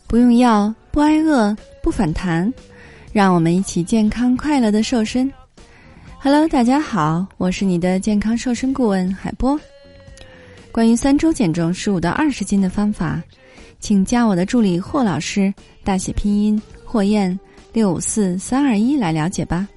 不用药，不挨饿，不反弹，让我们一起健康快乐的瘦身。Hello， 大家好，我是你的健康瘦身顾问海波。关于3周减重15到20斤的方法，请加我的助理霍老师，大写拼音霍燕654321来了解吧。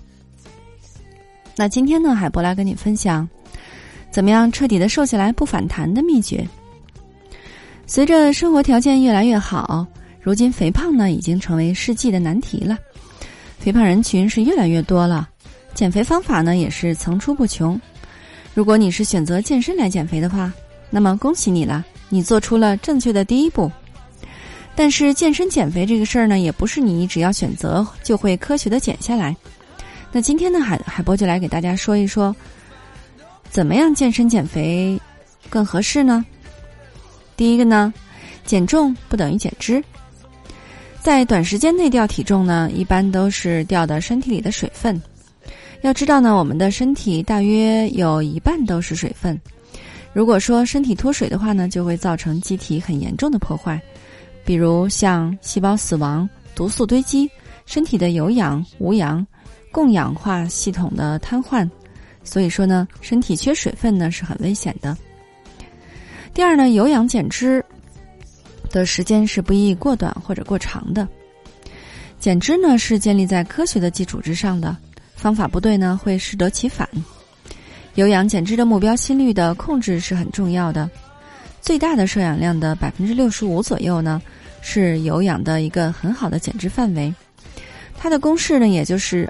那今天呢，海波来跟你分享怎么样彻底的瘦下来不反弹的秘诀。随着生活条件越来越好，如今肥胖呢已经成为世纪的难题了，肥胖人群是越来越多了，减肥方法呢也是层出不穷。如果你是选择健身来减肥的话，那么恭喜你了，你做出了正确的第一步。但是健身减肥这个事儿呢，也不是你只要选择就会科学的减下来。那今天呢，海波就来给大家说一说，怎么样健身减肥更合适呢？第一个呢，减重不等于减脂。在短时间内掉体重呢，一般都是掉的身体里的水分。要知道呢，我们的身体大约有一半都是水分。如果说身体脱水的话呢，就会造成机体很严重的破坏，比如像细胞死亡、毒素堆积、身体的有氧、无氧、供氧化系统的瘫痪。所以说呢，身体缺水分呢是很危险的。第二呢，有氧减脂的时间是不宜过短或者过长的。减脂呢是建立在科学的基础之上的，方法不对呢会适得其反。有氧减脂的目标心率的控制是很重要的，最大的摄氧量的 65% 左右呢是有氧的一个很好的减脂范围。它的公式呢也就是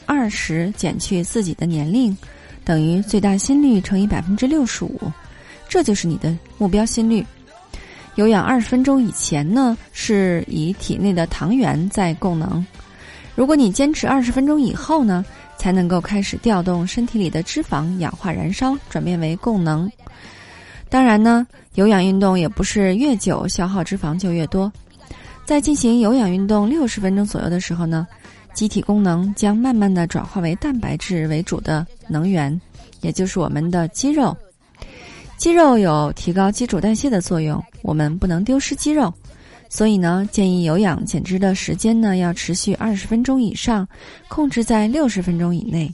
220减去自己的年龄等于最大心率乘以 65%，这就是你的目标心率。有氧20分钟以前呢，是以体内的糖原在供能。如果你坚持20分钟以后呢，才能够开始调动身体里的脂肪氧化燃烧，转变为供能。当然呢，有氧运动也不是越久消耗脂肪就越多。在进行有氧运动60分钟左右的时候呢，机体功能将慢慢的转化为蛋白质为主的能源，也就是我们的肌肉。肌肉有提高基础代谢的作用，我们不能丢失肌肉，所以呢，建议有氧减脂的时间呢要持续20分钟以上，控制在60分钟以内。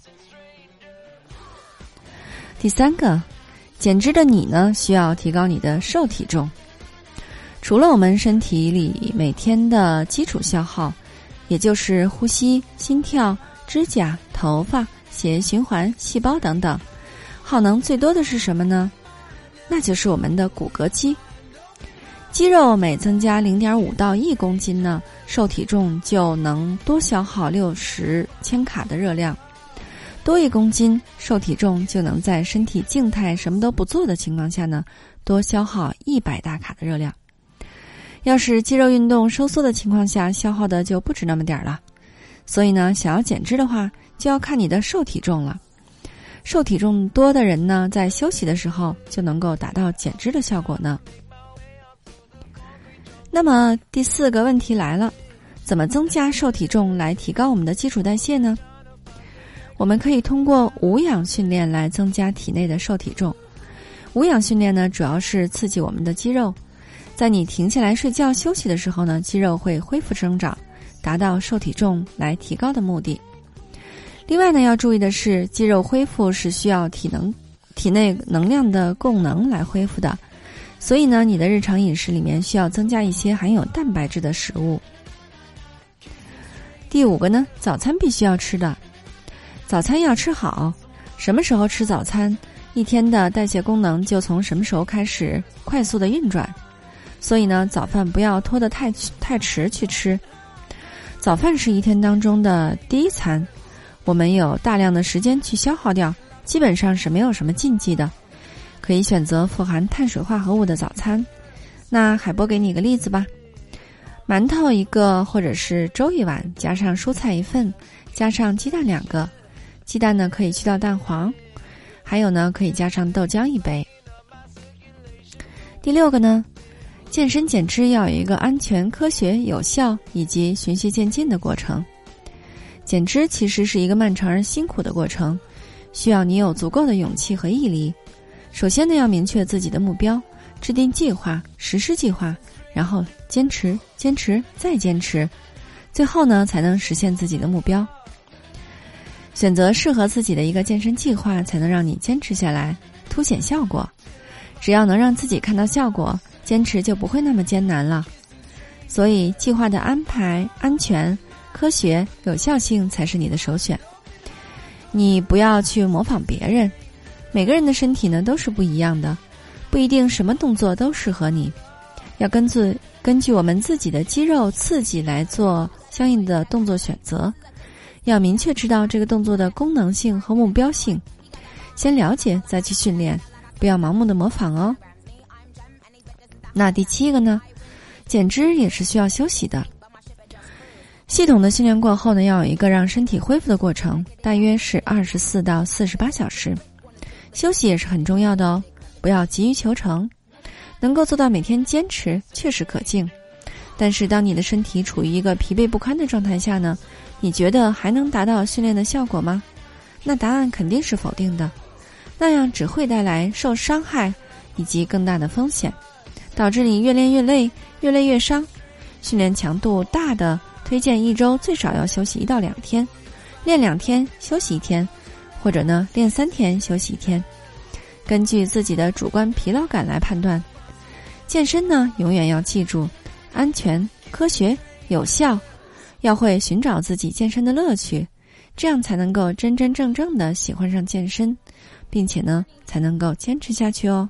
第三个，减脂的你呢需要提高你的瘦体重。除了我们身体里每天的基础消耗，也就是呼吸、心跳、指甲、头发、血液循环、细胞等等，耗能最多的是什么呢？那就是我们的骨骼肌。肌肉每增加 0.5 到1公斤呢，瘦体重就能多消耗60千卡的热量。多1公斤，瘦体重就能在身体静态什么都不做的情况下呢，多消耗100大卡的热量。要是肌肉运动收缩的情况下，消耗的就不止那么点了。所以呢，想要减脂的话，就要看你的瘦体重了。瘦体重多的人呢，在休息的时候就能够达到减脂的效果呢。那么第4个问题来了，怎么增加瘦体重来提高我们的基础代谢呢？我们可以通过无氧训练来增加体内的瘦体重。无氧训练呢，主要是刺激我们的肌肉，在你停下来睡觉休息的时候呢，肌肉会恢复生长，达到瘦体重来提高的目的。另外呢，要注意的是，肌肉恢复是需要体内能量的供能来恢复的，所以呢，你的日常饮食里面需要增加一些含有蛋白质的食物。第5个呢，早餐必须要吃的。早餐要吃好，什么时候吃早餐，一天的代谢功能就从什么时候开始快速的运转。所以呢，早饭不要拖得太迟去吃。早饭是一天当中的第一餐，我们有大量的时间去消耗掉，基本上是没有什么禁忌的，可以选择富含碳水化合物的早餐。那海波给你一个例子吧，馒头1个，或者是粥1碗，加上蔬菜1份，加上鸡蛋2个，鸡蛋呢可以去掉蛋黄，还有呢可以加上豆浆1杯。第6个呢，健身减脂要有一个安全、科学、有效以及循序渐进的过程。减脂其实是一个漫长而辛苦的过程，需要你有足够的勇气和毅力。首先呢，要明确自己的目标，制定计划，实施计划，然然后坚持坚持再坚持，最后呢才能实现自己的目标。选择适合自己的一个健身计划，才能让你坚持下来，凸显效果。只要能让自己看到效果，坚持就不会那么艰难了。所以计划的安排、安全、科学、有效性才是你的首选。你不要去模仿别人，每个人的身体呢都是不一样的，不一定什么动作都适合你，要根据我们自己的肌肉刺激来做相应的动作选择，要明确知道这个动作的功能性和目标性，先了解再去训练，不要盲目的模仿哦。那第7个呢，减脂也是需要休息的。系统的训练过后呢，要有一个让身体恢复的过程，大约是24到48小时。休息也是很重要的哦，不要急于求成。能够做到每天坚持确实可敬，但是当你的身体处于一个疲惫不堪的状态下呢，你觉得还能达到训练的效果吗？那答案肯定是否定的，那样只会带来受伤害以及更大的风险，导致你越练越累，越累越伤。训练强度大的推荐1周最少要休息1到2天，练2天休息1天，或者呢练3天休息1天，根据自己的主观疲劳感来判断。健身呢，永远要记住安全、科学、有效，要会寻找自己健身的乐趣，这样才能够真真正正的喜欢上健身，并且呢才能够坚持下去哦。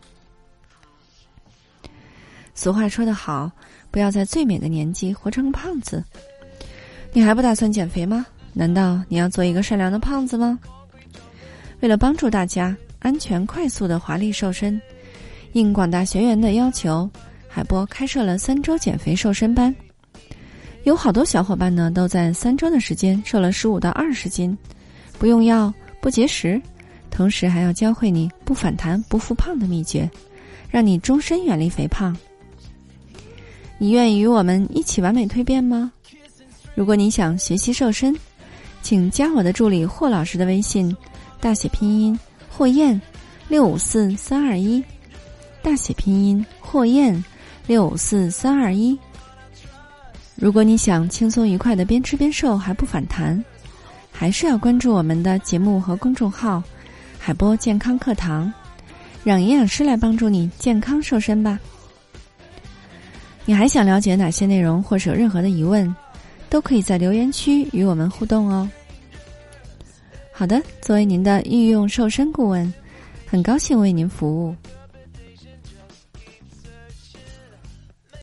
俗话说得好，不要在最美的年纪活成个胖子。你还不打算减肥吗？难道你要做一个善良的胖子吗？为了帮助大家安全快速的华丽瘦身，应广大学员的要求，海波开设了3周减肥瘦身班。有好多小伙伴呢都在3周的时间瘦了15到20斤，不用药不节食，同时还要教会你不反弹不复胖的秘诀，让你终身远离肥胖。你愿意与我们一起完美蜕变吗？如果你想学习瘦身，请加我的助理霍老师的微信，大写拼音霍燕654321，大写拼音霍燕654321。如果你想轻松愉快的边吃边瘦还不反弹，还是要关注我们的节目和公众号海波健康课堂，让营养师来帮助你健康瘦身吧。你还想了解哪些内容，或是有任何的疑问，都可以在留言区与我们互动哦。好的，作为您的御用瘦身顾问，很高兴为您服务。